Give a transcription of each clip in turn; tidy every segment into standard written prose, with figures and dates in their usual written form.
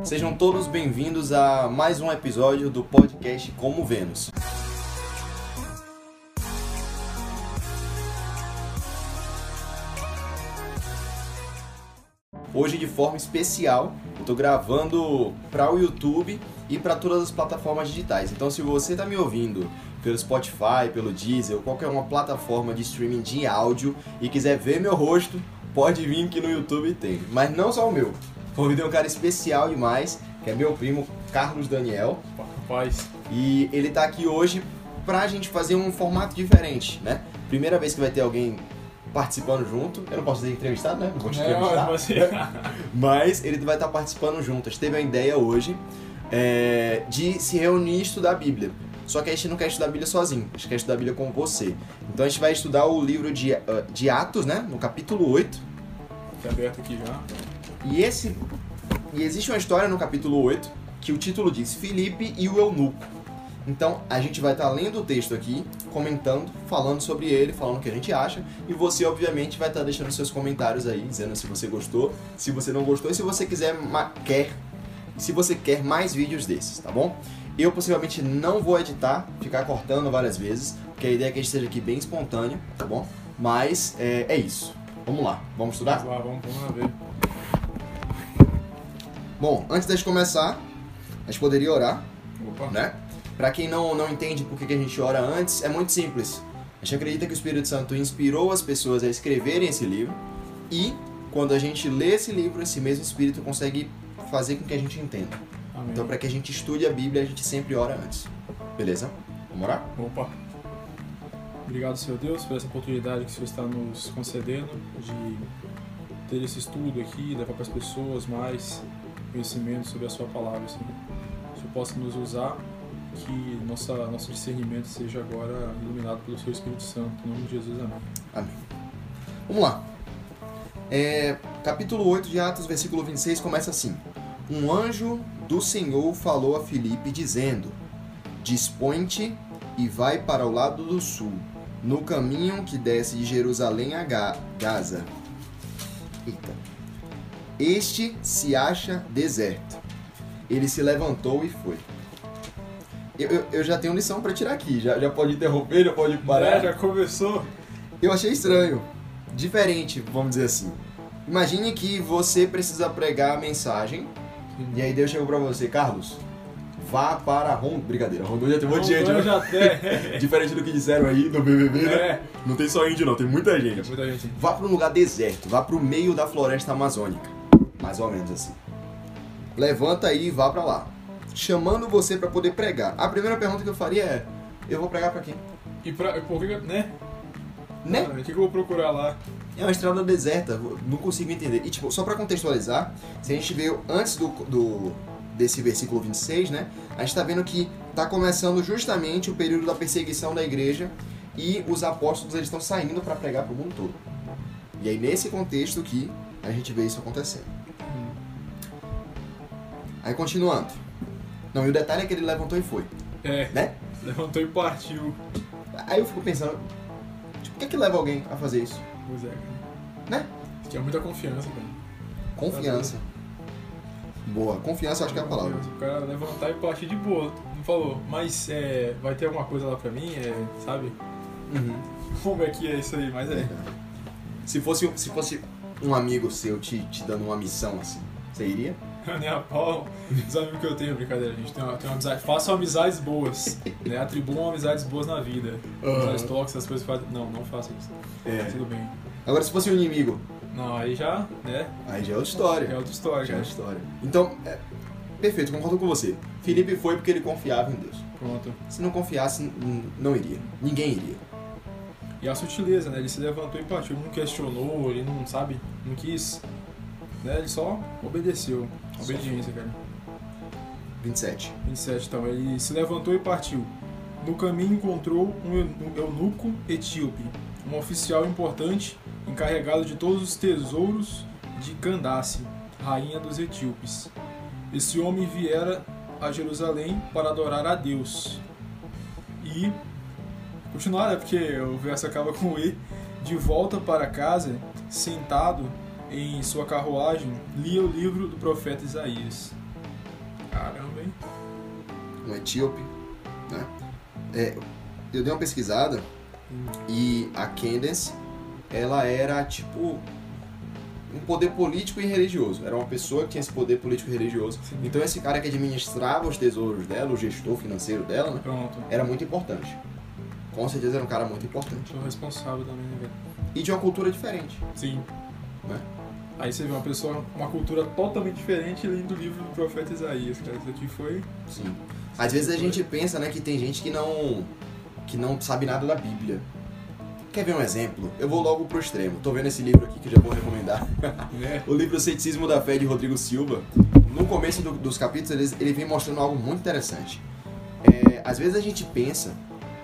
Sejam todos bem-vindos a mais um episódio do podcast Como Vênus. Hoje, de forma especial, eu estou gravando para o YouTube e para todas as plataformas digitais. Então, se você está me ouvindo pelo Spotify, pelo Deezer ou qualquer uma plataforma de streaming de áudio e quiser ver meu rosto, pode vir que no YouTube tem. Mas não só o meu. Convidei um cara especial demais, que é meu primo Carlos Daniel. Rapaz. E ele tá aqui hoje pra gente fazer um formato diferente, né? Primeira vez que vai ter alguém participando junto. Eu não posso dizer entrevistado, né? Não vou te entrevistar. Mas ele vai estar participando junto. A gente teve a ideia hoje de se reunir e estudar a Bíblia. Só que a gente não quer estudar a Bíblia sozinho, a gente quer estudar a Bíblia com você. Então a gente vai estudar o livro de Atos, né? No capítulo 8. Tá aberto aqui já. E existe uma história no capítulo 8 que o título diz Filipe e o Eunuco. Então a gente vai estar lendo o texto aqui, comentando, falando sobre ele, falando o que a gente acha. E você, obviamente, vai estar deixando seus comentários aí, dizendo se você gostou, se você não gostou e se você quer mais vídeos desses, tá bom? Eu possivelmente não vou editar, ficar cortando várias vezes, porque a ideia é que a gente esteja aqui bem espontâneo, tá bom? Mas é isso. Vamos lá, vamos estudar? Vamos lá, vamos lá ver. Bom, antes de começar, a gente poderia orar, Opa. né? Pra quem não entende por que a gente ora antes, é muito simples. A gente acredita que o Espírito Santo inspirou as pessoas a escreverem esse livro e, quando a gente lê esse livro, esse mesmo Espírito consegue fazer com que a gente entenda. Amém. Então, para que a gente estude a Bíblia, a gente sempre ora antes. Beleza? Vamos orar? Opa. Obrigado, Senhor Deus, por essa oportunidade que o Senhor está nos concedendo de ter esse estudo aqui, levar para as pessoas mais conhecimento sobre a sua palavra, Senhor. Que o Senhor possa nos usar, que nosso discernimento seja agora iluminado pelo Seu Espírito Santo. Em nome de Jesus, amém. Amém. Vamos lá. Capítulo 8 de Atos, versículo 26, começa assim. Um anjo do Senhor falou a Filipe, dizendo: Dispõe-te e vai para o lado do sul, no caminho que desce de Jerusalém a Gaza. Eita. Este se acha deserto. Ele se levantou e foi. Eu já tenho lição para tirar aqui. Já pode interromper, já pode parar. Já começou. Eu achei estranho. Diferente, vamos dizer assim. Imagine que você precisa pregar a mensagem. E aí Deus chegou pra você: Carlos, vá para Rondônia. Brincadeira, Rondônia tem um monte de gente, né? Já tem. Diferente do que disseram aí no BBB, né? Não tem só índio não, tem muita gente. Tem muita gente. Vá para um lugar deserto, vá para o meio da floresta amazônica. Mais ou menos assim. Levanta aí e vá pra lá, chamando você pra poder pregar. A primeira pergunta que eu faria é: eu vou pregar pra quem? E por que, né? Né? O que eu vou procurar lá? É uma estrada deserta, não consigo entender. E tipo, só pra contextualizar, se a gente veio antes desse versículo 26, né? A gente tá vendo que tá começando justamente o período da perseguição da igreja e os apóstolos eles estão saindo pra pregar pro mundo todo. E aí nesse contexto que a gente vê isso acontecendo. Aí continuando. Não, e o detalhe é que ele levantou e foi. Né? Levantou e partiu. Aí eu fico pensando, tipo, por que leva alguém a fazer isso? Pois é, Né? tinha muita confiança, cara. Confiança. Boa, confiança eu acho que é a palavra. O cara levantar e partir de boa. Não falou, mas vai ter alguma coisa lá pra mim, sabe? Uhum. Como é que é isso aí? Mas Se fosse um amigo seu te dando uma missão assim, você iria? Nem a pau. Os amigos que eu tenho, brincadeira, a gente tem uma amizade. Façam amizades boas, né? Atribuam amizades boas na vida. Amizades tóxicas, as coisas fazem. Não façam isso. Tudo bem. Agora, se fosse um inimigo? Não, aí já, né? Aí já é outra história. É outra história, Já é cara. outra história. Então, perfeito, concordo com você. Filipe foi porque ele confiava em Deus. Pronto. Se não confiasse, não iria. Ninguém iria. E a sutileza, né? Ele se levantou e partiu. Ele não questionou, ele não, sabe? Não quis. Né? Ele só obedeceu. Obediência, cara. 27. 27, então. Ele se levantou e partiu. No caminho encontrou um eunuco etíope, um oficial importante encarregado de todos os tesouros de Candace, rainha dos etíopes. Esse homem viera a Jerusalém para adorar a Deus. E continuar, né? Porque o verso acaba com E. De volta para casa, sentado em sua carruagem, lia o livro do profeta Isaías. Caramba, hein? Um etíope, né? Eu dei uma pesquisada e a Candace, ela era tipo um poder político e religioso. Era uma pessoa que tinha esse poder político e religioso. Sim. Então esse cara que administrava os tesouros dela, o gestor financeiro dela, né? Pronto. Era muito importante. Com certeza era um cara muito importante. Sou responsável também, né, velho? E de uma cultura diferente, Sim. né? Aí você vê uma pessoa, uma cultura totalmente diferente lendo o livro do profeta Isaías, cara. Isso aqui foi... Sim. Às vezes a gente pensa, né, que tem gente que não sabe nada da Bíblia. Quer ver um exemplo? Eu vou logo pro extremo. Tô vendo esse livro aqui que já vou recomendar. né? O livro Ceticismo da Fé, de Rodrigo Silva. No começo dos capítulos, ele vem mostrando algo muito interessante. Às vezes a gente pensa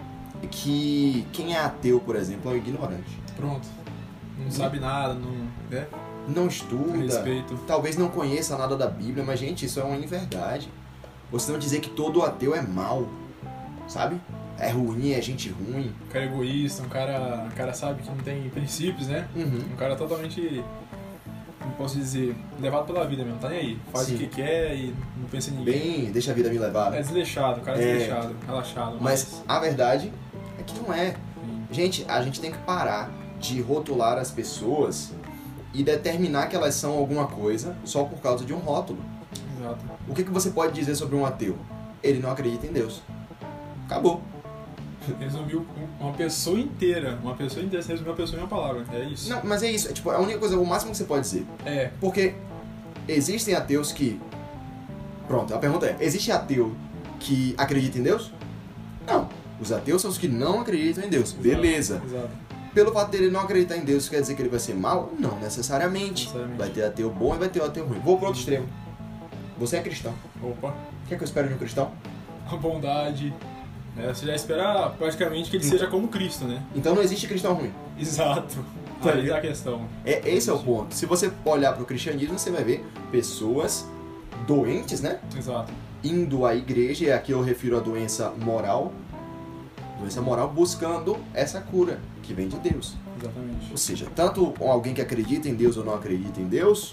que quem é ateu, por exemplo, é um ignorante. Pronto. Não sabe nada, não... né? Não estuda, Respeito. talvez não conheça nada da Bíblia, mas, gente, isso é uma inverdade. Você não dizer que todo ateu é mau, sabe? É ruim, é gente ruim. Um cara egoísta, um cara sabe que não tem princípios, né? Uhum. Um cara totalmente, como posso dizer, levado pela vida mesmo, tá nem aí. Faz Sim. o que quer e não pensa em ninguém. Bem, deixa a vida me levar. É desleixado, o cara é desleixado, relaxado. Mas a verdade é que não é. Sim. Gente, a gente tem que parar de rotular as pessoas e determinar que elas são alguma coisa só por causa de um rótulo. Exato. O que você pode dizer sobre um ateu? Ele não acredita em Deus. Acabou. Resumiu uma pessoa inteira. Você resumiu a pessoa em uma palavra. É isso. Não, mas é isso. É, tipo, a única coisa, o máximo que você pode dizer. É. Porque existem ateus que... Pronto, a pergunta é, existe ateu que acredita em Deus? Não. Os ateus são os que não acreditam em Deus. Exato. Beleza. Exato. Pelo fato dele não acreditar em Deus, isso quer dizer que ele vai ser mau? Não, necessariamente. Vai ter ateu bom e vai ter ateu ruim. Vou pro outro extremo. Você é cristão. Opa. O que é que eu espero de um cristão? A bondade. Né? Você já espera praticamente que ele seja como Cristo, né? Então não existe cristão ruim. Exato. Tá Aí ligado? é a questão. Esse é o ponto. Se você olhar pro cristianismo, você vai ver pessoas doentes, né? Exato. Indo à igreja, e aqui eu refiro à doença moral. Doença moral buscando essa cura que vem de Deus. Exatamente. Ou seja, tanto alguém que acredita em Deus ou não acredita em Deus,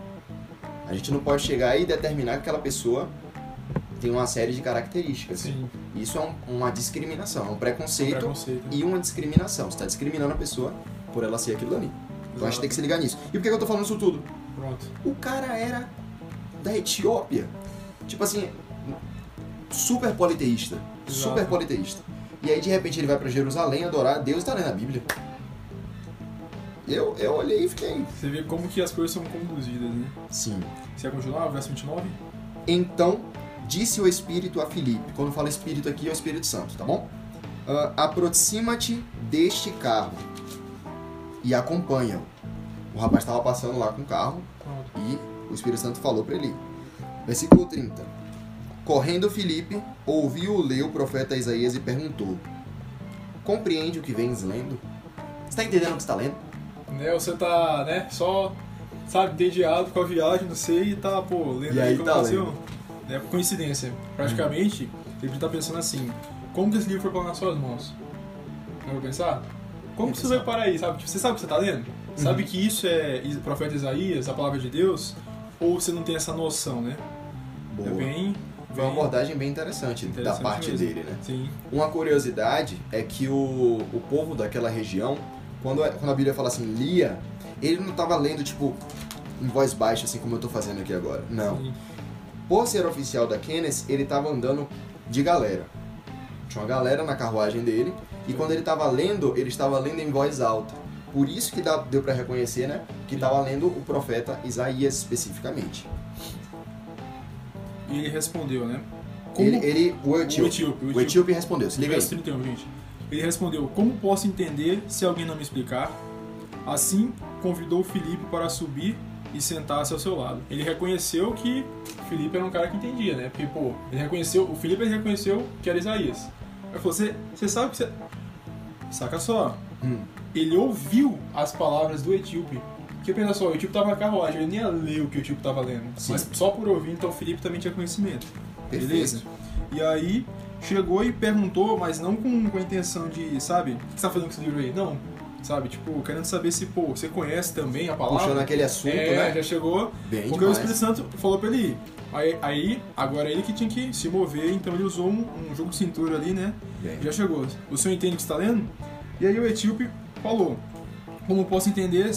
a gente não pode chegar aí e determinar que aquela pessoa tem uma série de características. Sim. Isso é uma discriminação, é um preconceito e uma discriminação. Você está discriminando a pessoa por ela ser aquilo ali. Então a gente tem que se ligar nisso. E por que eu tô falando isso tudo? Pronto. O cara era da Etiópia. Tipo assim, super politeísta. Exato. Super politeísta. E aí de repente ele vai pra Jerusalém adorar a Deus e está lendo a Bíblia. Eu olhei e fiquei... Você vê como que as coisas são conduzidas, né? Sim. Você quer continuar? Verso 29? Então disse o Espírito a Filipe. Quando fala Espírito aqui é o Espírito Santo, tá bom? Aproxima-te deste carro e acompanha-o. O rapaz estava passando lá com o carro Pronto. e o Espírito Santo falou para ele. Versículo 30. Correndo Filipe, ouviu ler o profeta Isaías e perguntou: compreende o que vens lendo? Você está entendendo o que você está lendo? Né? Você tá, né, só, sabe, entediado com a viagem, não sei, e tá, pô, lendo E aí como tá aconteceu. Né, por coincidência. Praticamente, ele tá pensando assim, como que esse livro foi parar nas suas mãos? Não vou pensar? Como que você vai parar aí, sabe? Tipo, você sabe o que você tá lendo? Sabe que isso é o profeta Isaías, a palavra de Deus? Ou você não tem essa noção, né? Boa. É bem... Foi uma abordagem bem interessante da parte mesmo. dele, né? Sim. Uma curiosidade é que o povo daquela região, quando a Bíblia fala assim, lia, ele não estava lendo, tipo, em voz baixa, assim como eu estou fazendo aqui agora. Não. Sim. Por ser oficial da Kenneth, ele estava andando de galera. Tinha uma galera na carruagem dele, e quando ele estava lendo em voz alta. Por isso que deu para reconhecer, né, que estava lendo o profeta Isaías especificamente. E ele respondeu, né? O etíope respondeu. Se liga aí. Verso 31, gente. Ele respondeu: como posso entender se alguém não me explicar? Assim, convidou Filipe para subir e sentar-se ao seu lado. Ele reconheceu que Filipe era um cara que entendia, né? Porque, pô, o Filipe reconheceu que era Isaías. Ele falou: você sabe que você... Saca só. Ele ouviu as palavras do etíope. Porque, pensa só, o etíope estava na carruagem, ele nem ia ler o que o etíope estava lendo. Sim. Mas só por ouvir, então o Filipe também tinha conhecimento. Perfeito. Beleza? E aí, chegou e perguntou, mas não com a intenção de, sabe, o que você está fazendo com esse livro aí? Não. sabe? Tipo, querendo saber se, pô, você conhece também a palavra. Puxando aquele assunto, né? Já chegou. Bem porque demais. o Espírito Santo falou pra ele ir. Aí, agora ele que tinha que se mover, então ele usou um jogo de cintura ali, né? Bem. Já chegou. O senhor entende o que está lendo? E aí o etíope falou: como posso entender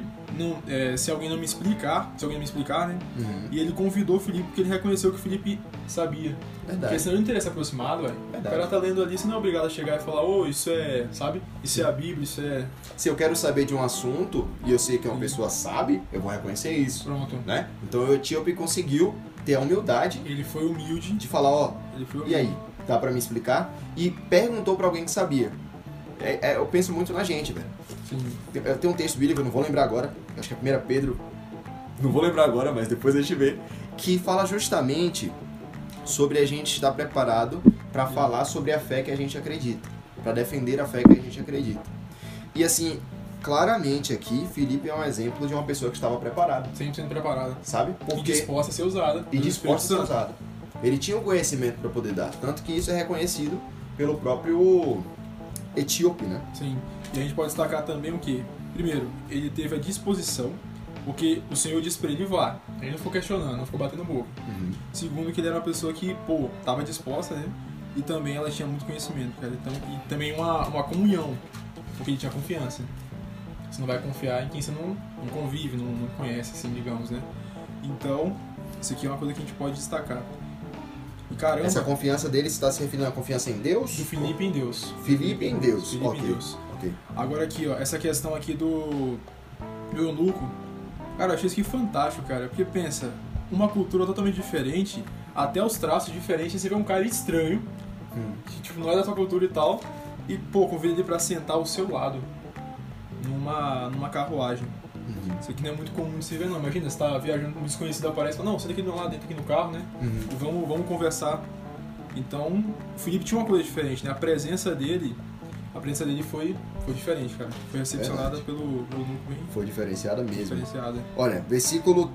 se alguém não me explicar, né? Uhum. E ele convidou o Filipe porque ele reconheceu que o Filipe sabia. Verdade. Porque senão ele não teria se aproximado, velho. O cara tá lendo ali, você não é obrigado a chegar e falar, isso é, sabe? Isso é a Bíblia, isso é... Se eu quero saber de um assunto e eu sei que uma pessoa sabe, eu vou reconhecer isso. Pronto. Né? Então o etíope conseguiu ter a humildade Ele foi humilde. de falar, Ele foi e aí, dá pra me explicar? E perguntou pra alguém que sabia. Eu penso muito na gente, velho. Sim. Eu tenho um texto bíblico, eu não vou lembrar agora, acho que é 1 Pedro, não vou lembrar agora, mas depois a gente vê, que fala justamente sobre a gente estar preparado para falar sobre a fé que a gente acredita, para defender a fé que a gente acredita. E assim, claramente aqui, Filipe é um exemplo de uma pessoa que estava preparada. 100% preparada. Sabe? E disposta a ser usada. E disposta a ser usada. Ele tinha um conhecimento para poder dar, tanto que isso é reconhecido pelo próprio etíope, né? Sim. E a gente pode destacar também o quê? Primeiro, ele teve a disposição, porque o Senhor disse pra ele, vá. Ele não ficou questionando, não ficou batendo boca. Uhum. Segundo, que ele era uma pessoa que, tava disposta, né? E também ela tinha muito conhecimento, cara. Então, e também uma comunhão, porque ele tinha confiança. Você não vai confiar em quem você não convive, não conhece, assim, digamos, né? Então, isso aqui é uma coisa que a gente pode destacar. E caramba... Essa confiança dele está se referindo à confiança em Deus? Do Filipe em Deus. Filipe em Deus. Filipe Ok. em Deus. Ok. Agora aqui, ó, essa questão aqui do eunuco, cara, eu achei isso aqui fantástico, cara, porque pensa, uma cultura totalmente diferente, até os traços diferentes, você vê um cara estranho, que tipo, não é da sua cultura e tal, e convida ele pra sentar ao seu lado, numa carruagem. Uhum. Isso aqui não é muito comum de se ver, não. Imagina, você tá viajando, um desconhecido aparece e fala, não, senta aqui do meu lado, entra aqui no carro, né? Uhum. Vamos conversar. Então, o Filipe tinha uma coisa diferente, né? A presença dele foi diferente, cara. Foi recepcionada pelo eunuco bem Foi diferenciada mesmo. diferenciada. Olha, versículo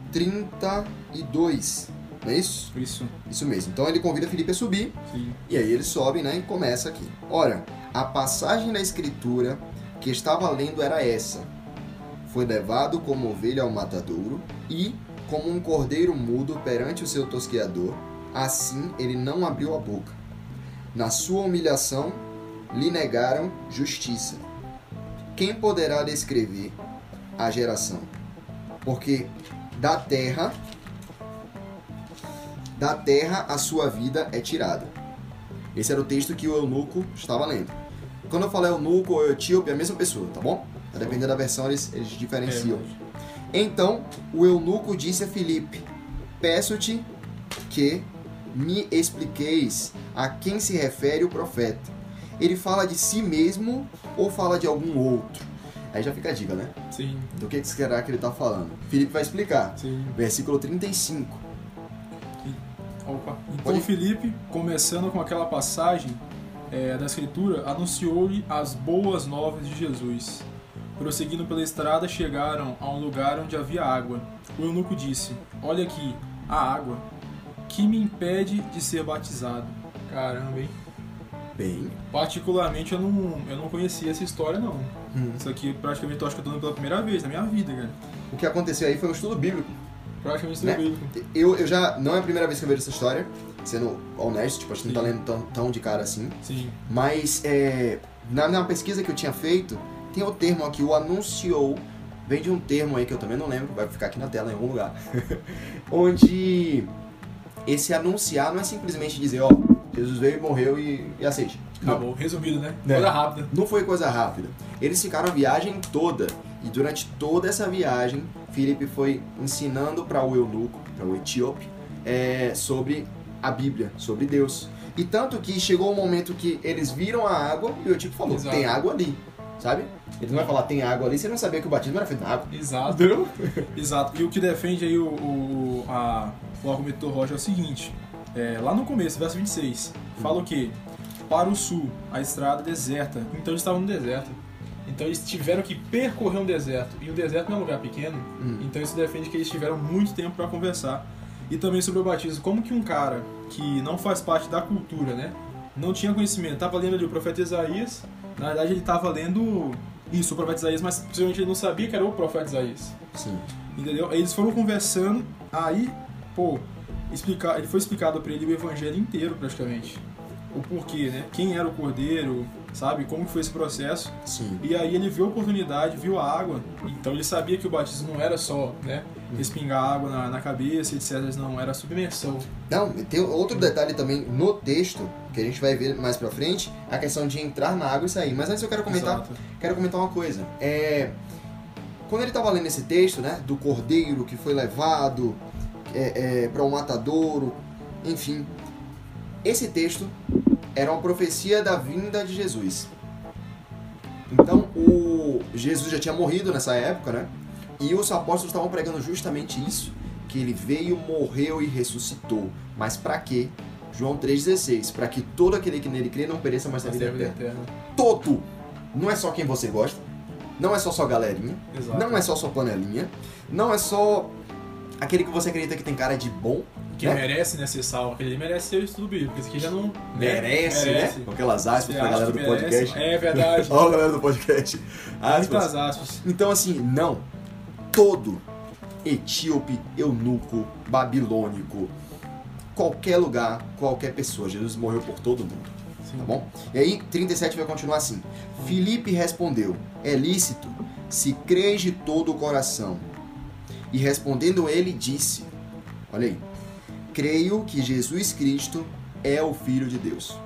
32, não é isso? Isso, Isso mesmo. Então ele convida Filipe a subir, sim. e aí eles sobem, né, e começa aqui. Ora, a passagem da escritura que estava lendo era essa: foi levado como ovelha ao matadouro, e, como um cordeiro mudo perante o seu tosqueador, assim ele não abriu a boca. Na sua humilhação, lhe negaram justiça. Quem poderá descrever a geração? Porque da terra a sua vida é tirada. Esse era o texto que o eunuco estava lendo. Quando eu falo eunuco ou etíope, é a mesma pessoa, tá bom? Dependendo da versão, eles diferenciam. Então, o eunuco disse a Filipe: peço-te que me expliqueis a quem se refere o profeta. Ele fala de si mesmo ou fala de algum outro? Aí já fica a dica, né? Sim. Do que será que ele está falando? Filipe vai explicar. Sim. Versículo 35. Opa. Então o Filipe, começando com aquela passagem da escritura, anunciou-lhe as boas novas de Jesus. Prosseguindo pela estrada, chegaram a um lugar onde havia água. O eunuco disse: olha aqui, a água, que me impede de ser batizado. Caramba, hein? Bem. Particularmente eu não conhecia essa história, não. Isso aqui praticamente eu acho que eu tô dando pela primeira vez na minha vida, cara. O que aconteceu aí foi um estudo bíblico. Praticamente Né? bíblico. Eu já... Não é a primeira vez que eu vejo essa história, sendo honesto, tipo, a gente não tá lendo tão de cara assim. Sim. Mas na pesquisa que eu tinha feito, tem o termo aqui, o anunciou, vem de um termo aí que eu também não lembro, vai ficar aqui na tela em algum lugar, onde esse anunciar não é simplesmente dizer, ó, Jesus veio, morreu e aceite. Acabou, resumido, né? Coisa rápida. Não foi coisa rápida. Eles ficaram a viagem toda, e durante toda essa viagem, Filipe foi ensinando para o eunuco, para o etíope, sobre a Bíblia, sobre Deus. E tanto que chegou um momento que eles viram a água e o etíope falou: Exato. tem água ali, sabe? Ele não vai falar tem água ali, você não sabia que o batismo era feito na água. Exato. Exato. E o que defende aí o argumento do Roger é o seguinte: lá no começo, verso 26, fala o quê? Para o sul, a estrada deserta. Então eles estavam no deserto. Então eles tiveram que percorrer um deserto. E o deserto não é um lugar pequeno. Então isso defende que eles tiveram muito tempo para conversar. E também sobre o batismo. Como que um cara que não faz parte da cultura, né? Não tinha conhecimento. Estava lendo ali o profeta Isaías. Na verdade ele estava lendo Isso, o profeta Isaías, mas possivelmente ele não sabia que era o profeta Isaías. Sim. Entendeu? Aí eles foram conversando, aí, ele foi explicado pra ele o evangelho inteiro, praticamente. O porquê, né? Quem era o cordeiro, sabe? Como que foi esse processo. Sim. E aí ele viu a oportunidade, viu a água. Então ele sabia que o batismo não era só, né? Respingar água na cabeça, etc. Não, era submersão. Não, tem outro detalhe também no texto, que a gente vai ver mais pra frente, a questão de entrar na água e sair. Mas antes eu quero comentar uma coisa. Quando ele estava lendo esse texto, né, do cordeiro que foi levado para o matadouro, enfim, esse texto era uma profecia da vinda de Jesus. Então, Jesus já tinha morrido nessa época, né? E os apóstolos estavam pregando justamente isso, que ele veio, morreu e ressuscitou. Mas para quê? João 3,16, para que todo aquele que nele crê não pereça, mas tenha vida eterna. Todo! Não é só quem você gosta, não é só sua galerinha, Exato. Não é só sua panelinha, não é só aquele que você acredita que tem cara de bom, que merece, né, ser salvo. Aquele ali merece ser o estudo bíblico, esse aqui já não... Merece, né? Com aquelas aspas pra galera do podcast. É verdade. Ó, a galera do podcast. Muitas aspas. Então, assim, não. Todo etíope, eunuco, babilônico, qualquer lugar, qualquer pessoa. Jesus morreu por todo mundo. Sim. Tá bom? E aí, 37 vai continuar assim. Filipe respondeu, é lícito, se crês de todo o coração. E respondendo ele, disse, olha aí, creio que Jesus Cristo é o Filho de Deus.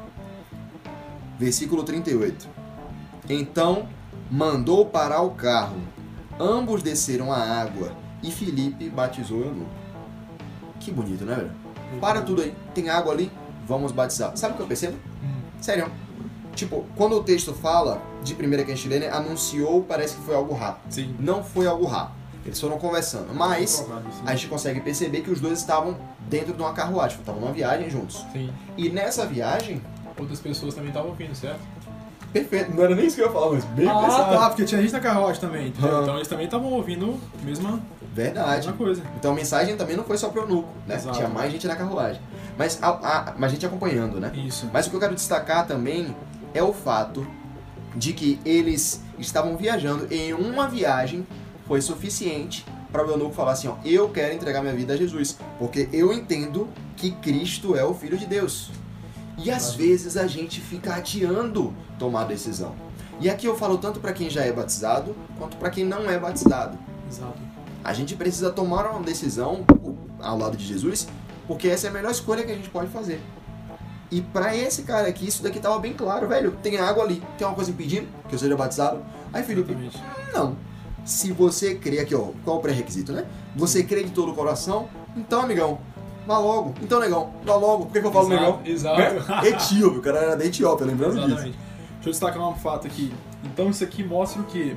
Versículo 38. Então, mandou parar o carro. Ambos desceram a água e Filipe batizou o eunuco. Que bonito, né, velho? Para tudo aí. Tem água ali, vamos batizar. Sabe o que eu percebo? Sério. Tipo, quando o texto fala de primeira que a gente lê, né, anunciou, parece que foi algo rápido. Sim. Não foi algo rápido. Eles foram conversando. Mas a gente consegue perceber que os dois estavam dentro de uma carruagem. Estavam numa viagem juntos. Sim. E nessa viagem... outras pessoas também estavam ouvindo, certo? Perfeito. Não era nem isso que eu ia falar, mas bem pensado. Tá, porque tinha gente na carruagem também. Então eles também estavam ouvindo a mesma coisa. Então a mensagem também não foi só pro eunuco, né? Exato. Tinha mais gente na carruagem. Mas a gente acompanhando, né? Isso. Mas o que eu quero destacar também é o fato de que eles estavam viajando e uma viagem foi suficiente para o eunuco falar assim, ó, eu quero entregar minha vida a Jesus, porque eu entendo que Cristo é o Filho de Deus. E às vezes a gente fica adiando tomar a decisão. E aqui eu falo tanto para quem já é batizado, quanto para quem não é batizado. Exato. A gente precisa tomar uma decisão ao lado de Jesus, porque essa é a melhor escolha que a gente pode fazer. E para esse cara aqui, isso daqui tava bem claro, velho. Tem água ali, tem uma coisa impedindo que eu seja batizado? Aí Filipe, não. Se você crê aqui, ó, qual é o pré-requisito, né? Você crê de todo o coração, então, amigão, vá logo. Então, negão, vá logo. Por que eu falo negão? Exato. Etíope, o cara era da Etiópia, lembrando disso. Exatamente. Deixa eu destacar um fato aqui. Então isso aqui mostra o quê?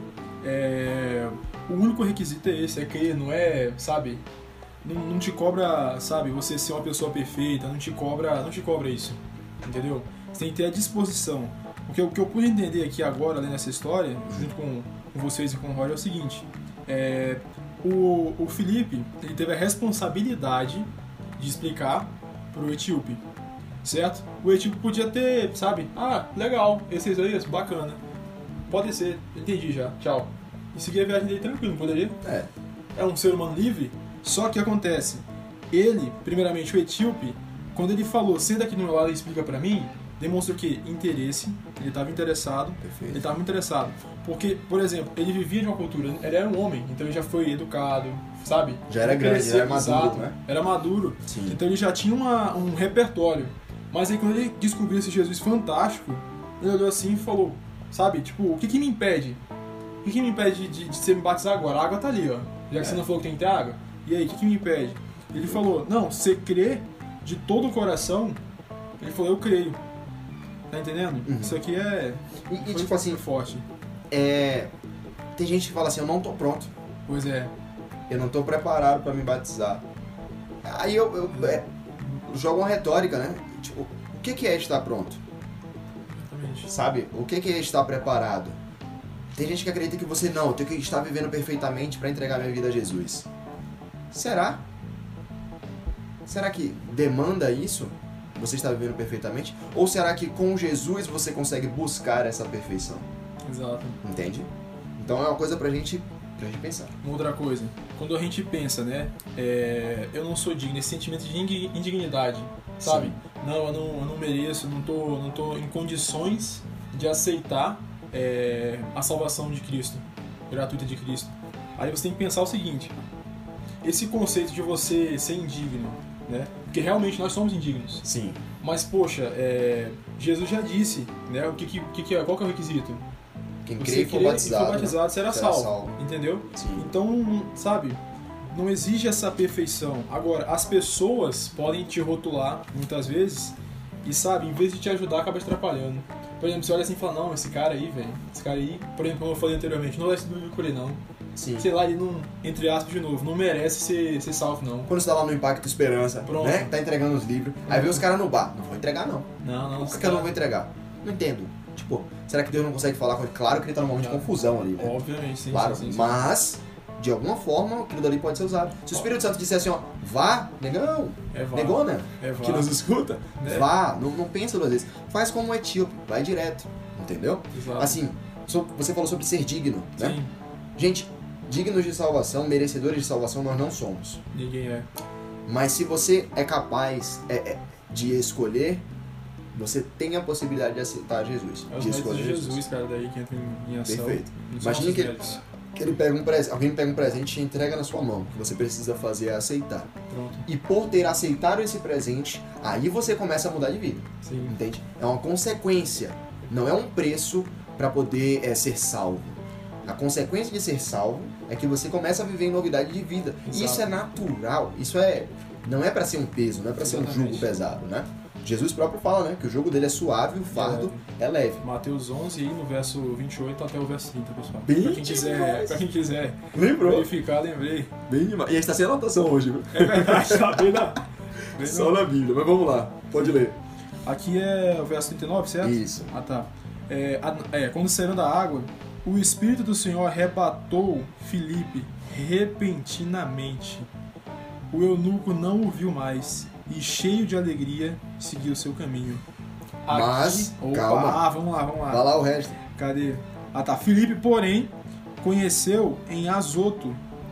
O único requisito é esse, é crer, não é, sabe? Não te cobra, sabe, você ser uma pessoa perfeita, não te cobra isso, entendeu? Você tem que ter a disposição. Porque o que eu pude entender aqui agora, além dessa história, junto com vocês e com o Roger, é o seguinte. O Filipe, ele teve a responsabilidade de explicar pro etíope, certo? O etíope podia ter, sabe, legal, esse aí, bacana, pode ser, entendi já, tchau. E seguir a viagem dele tranquilo, não poderia? É um ser humano livre, só que acontece, ele, primeiramente o etíope, quando ele falou, senta aqui no meu lado e explica pra mim, demonstra o quê? Interesse, ele estava interessado. Perfeito. Ele estava muito interessado. Porque, por exemplo, ele vivia de uma cultura, ele era um homem, então ele já foi educado, sabe? Já era grande, já era maduro, né? Era maduro. Sim. Então ele já tinha um repertório. Mas aí quando ele descobriu esse Jesus fantástico, ele olhou assim e falou, sabe, tipo, o que me impede? O que me impede de você me batizar agora? A água tá ali, ó. Já que você não falou que tem que ter água. E aí, o que me impede? Ele falou, não, você crê de todo o coração. Ele falou, eu creio. Tá entendendo? Uhum. Isso aqui é... E tipo assim, forte. Tem gente que fala assim, eu não tô pronto. Pois é. Eu não tô preparado pra me batizar. Aí eu jogo uma retórica, né? Tipo, o que é estar pronto? Exatamente. Sabe? O que é estar preparado? Tem gente que acredita que você não, eu tenho que estar vivendo perfeitamente pra entregar minha vida a Jesus. Será? Será que demanda isso? Você está vivendo perfeitamente? Ou será que com Jesus você consegue buscar essa perfeição? Exato. Entende? Então é uma coisa pra gente pensar. Uma outra coisa, quando a gente pensa, né, eu não sou digno, esse sentimento de indignidade, sabe? Sim. Não, eu não mereço, não tô em condições de aceitar a salvação de Cristo, gratuita de Cristo. Aí você tem que pensar o seguinte, esse conceito de você ser indigno, né? Porque realmente nós somos indignos. Sim. Mas, poxa, Jesus já disse, né? Qual que é o requisito? Quem crê e for batizado, será salvo. Entendeu? Sim. Então, sabe, não exige essa perfeição. Agora, as pessoas podem te rotular, muitas vezes, e, sabe, em vez de te ajudar, acaba te atrapalhando. Por exemplo, você olha assim e fala, não, esse cara aí, por exemplo, como eu falei anteriormente, não vai se doer por ele, não. Sim. Sei lá, ele não, entre aspas de novo, não merece ser salvo, não. Quando você tá lá no Impacto Esperança, Pronto. né? Tá entregando os livros, aí vê os caras no bar. Não vou entregar, não. Não. Por que eu não vou entregar? Não entendo. Tipo, será que Deus não consegue falar com ele? Claro que ele tá num momento de confusão ali, né? Obviamente, sim. Claro, sim. mas, de alguma forma, aquilo dali pode ser usado. Se o Espírito Santo disser assim, ó, vá, negão, vá. negona, Vá. que nos escuta, vá, não pensa duas vezes. Faz como um etíope, vai direto, entendeu? Exato. Assim, você falou sobre ser digno, né? Sim. Gente, dignos de salvação, merecedores de salvação, nós não somos. Ninguém é. Mas se você é capaz de escolher, você tem a possibilidade de aceitar Jesus. É os de méritos escolher de Jesus, cara, daí que entra em ação. Perfeito. Não são Imagine nossos que méritos. alguém pega um presente e entrega na sua mão. O que você precisa fazer é aceitar. Pronto. E por ter aceitado esse presente, aí você começa a mudar de vida. Sim. Entende? É uma consequência. Não é um preço para poder ser salvo. A consequência de ser salvo é que você começa a viver em novidade de vida. Exato. E isso é natural. Isso não é para ser um peso, não é para ser um jugo pesado, né? Jesus próprio fala, né, que o jugo dele é suave e o fardo é leve. Mateus 11 aí no verso 28 até o verso 30, pessoal. Bem Pra quem quiser Lembrou? verificar, lembrei. Bem demais. E a gente tá sem anotação hoje, viu? É verdade, tá bem Só na Bíblia, mas vamos lá, pode ler. Aqui é o verso 39, certo? Isso. Ah, tá. Quando saíram da água, o Espírito do Senhor arrebatou Filipe repentinamente. O eunuco não o viu mais e, cheio de alegria, seguiu seu caminho. Mas, calma. Vamos lá. Vai lá o resto. Cadê? Ah, tá. Filipe, porém, conheceu em Azoto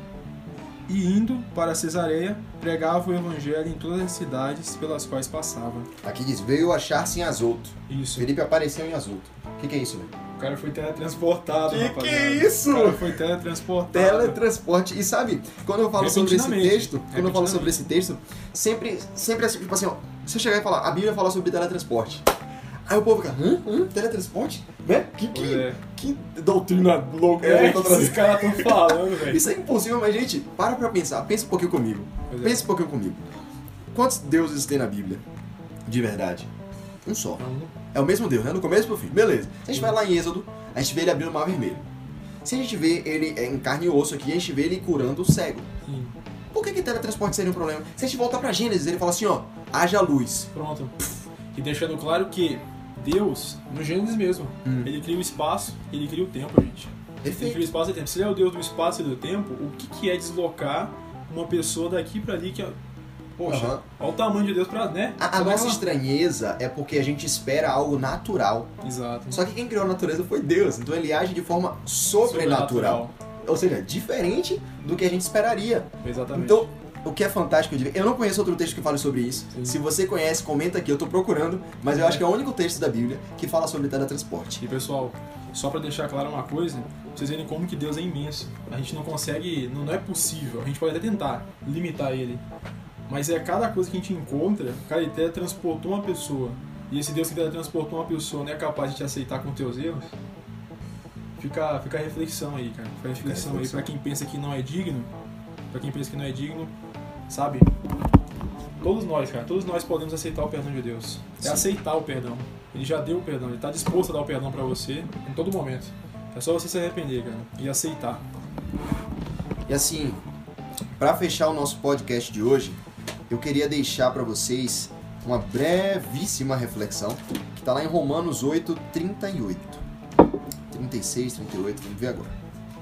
e, indo para Cesareia, pregava o evangelho em todas as cidades pelas quais passava. Aqui diz, veio achar-se em Azoto. Isso. Felipe apareceu em Azoto. O que é isso, velho? O cara foi teletransportado, Que rapaziada. é isso? O cara foi teletransportado. Teletransporte. E sabe, quando eu falo sobre esse texto, sempre assim, tipo assim, ó, se eu chegar e falar, a Bíblia fala sobre teletransporte. Aí o povo fica, teletransporte? Né? Que doutrina louca que esses caras estão falando, velho. Isso é impossível, mas gente, para pra pensar. Pensa um pouquinho comigo. Pensa um pouquinho comigo. Quantos deuses tem na Bíblia? De verdade? Um só. É o mesmo Deus, né? No começo e pro fim. Beleza. Se a gente vai lá em Êxodo, a gente vê ele abrindo o Mar Vermelho. Se a gente vê ele em carne e osso aqui, a gente vê ele curando o cego. Sim. Por que teletransporte seria um problema? Se a gente voltar pra Gênesis, ele fala assim, ó, haja luz. Pronto. E deixando claro que Deus, no Gênesis mesmo, ele cria o espaço, ele cria o tempo, gente. Perfeito. Ele cria o espaço e o tempo. Se ele é o Deus do espaço e do tempo, o que é deslocar uma pessoa daqui pra ali que... Poxa, olha o tamanho de Deus pra, né? A nossa estranheza é porque a gente espera algo natural. Exato. Só que quem criou a natureza foi Deus. Então ele age de forma sobrenatural. Ou seja, diferente do que a gente esperaria. Exatamente. Então, o que é fantástico de ver... Eu não conheço outro texto que fale sobre isso. Sim. Se você conhece, comenta aqui. Eu tô procurando. Mas eu acho que é o único texto da Bíblia que fala sobre teletransporte. E pessoal, só pra deixar claro uma coisa, pra vocês verem como que Deus é imenso. A gente não consegue... Não é possível. A gente pode até tentar limitar ele. Mas cada coisa que a gente encontra, cara, ele teletransportou uma pessoa. E esse Deus que teletransportou uma pessoa não é capaz de te aceitar com teus erros. Fica a reflexão aí, cara. Fica a reflexão aí pra quem pensa que não é digno. Pra quem pensa que não é digno, sabe? Todos nós podemos aceitar o perdão de Deus. É aceitar o perdão. Ele já deu o perdão, ele tá disposto a dar o perdão pra você em todo momento. É só você se arrepender, cara, e aceitar. E assim, pra fechar o nosso podcast de hoje, eu queria deixar para vocês uma brevíssima reflexão que está lá em Romanos 8, 38. 36, 38, vamos ver agora.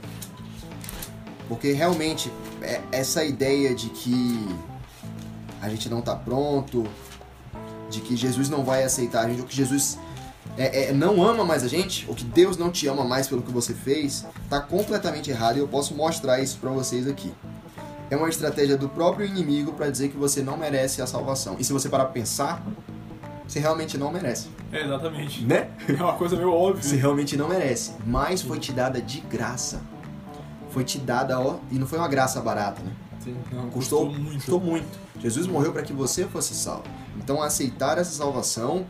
Porque realmente essa ideia de que a gente não está pronto, de que Jesus não vai aceitar a gente, ou que Jesus não ama mais a gente, ou que Deus não te ama mais pelo que você fez, tá completamente errado e eu posso mostrar isso pra vocês aqui. É uma estratégia do próprio inimigo pra dizer que você não merece a salvação. E se você parar pra pensar, você realmente não merece. Exatamente. Né? É uma coisa meio óbvia. Você realmente não merece. Mas foi te dada de graça. Foi te dada, e não foi uma graça barata, né? Sim, não, Custou muito. Jesus morreu para que você fosse salvo. Então, aceitar essa salvação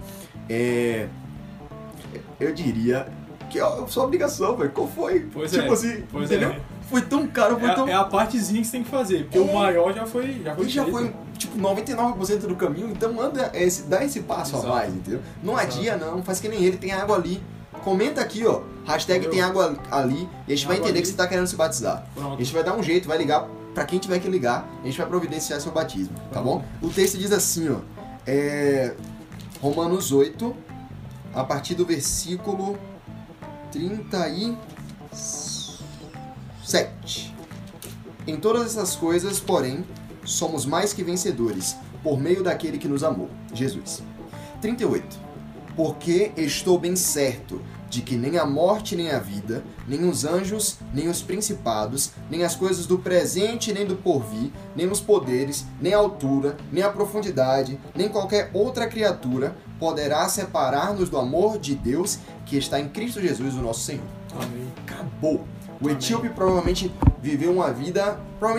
eu diria que é a sua obrigação, velho. Qual foi? Pois tipo assim, entendeu? Foi tão caro, foi tão... É a partezinha que você tem que fazer, porque o maior já foi tipo, 99% do caminho, então dá esse passo a mais, entendeu? Não adia, não, faz que nem ele, tem água ali. Comenta aqui, ó, hashtag tem água ali, e a gente vai entender que você tá querendo se batizar. Pronto. A gente vai dar um jeito, vai ligar pra quem tiver que ligar, a gente vai providenciar seu batismo, tá bom? O texto diz assim, ó, Romanos 8, a partir do versículo 37. Em todas essas coisas, porém, somos mais que vencedores, por meio daquele que nos amou, Jesus. 38. Porque estou bem certo de que nem a morte, nem a vida, nem os anjos, nem os principados, nem as coisas do presente, nem do porvir, nem os poderes, nem a altura, nem a profundidade, nem qualquer outra criatura poderá separar-nos do amor de Deus que está em Cristo Jesus, o nosso Senhor. Amém. Acabou. O etíope provavelmente viveu uma vida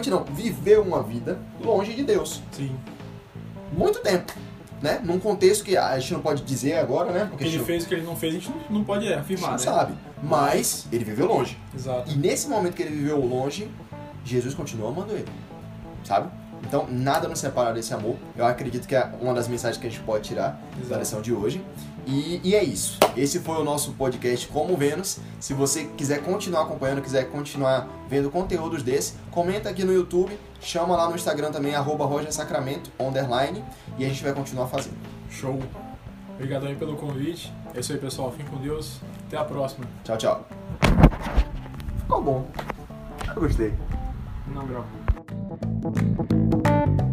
longe de Deus. Sim. Muito tempo. Né? Num contexto que a gente não pode dizer agora, né? Porque o que ele fez, o que ele não fez, a gente não pode afirmar, a gente não sabe. Mas ele viveu longe. Exato. E nesse momento que ele viveu longe, Jesus continua amando ele. Sabe? Então, nada nos separa desse amor. Eu acredito que é uma das mensagens que a gente pode tirar da lição de hoje. E é isso. Esse foi o nosso podcast Como Vênus. Se você quiser continuar acompanhando, quiser continuar vendo conteúdos desse, comenta aqui no YouTube, chama lá no Instagram também, @RogerSacramento_, e a gente vai continuar fazendo. Show. Obrigadão aí pelo convite. É isso aí, pessoal. Fiquem com Deus. Até a próxima. Tchau, tchau. Ficou bom. Eu gostei. Não, grau.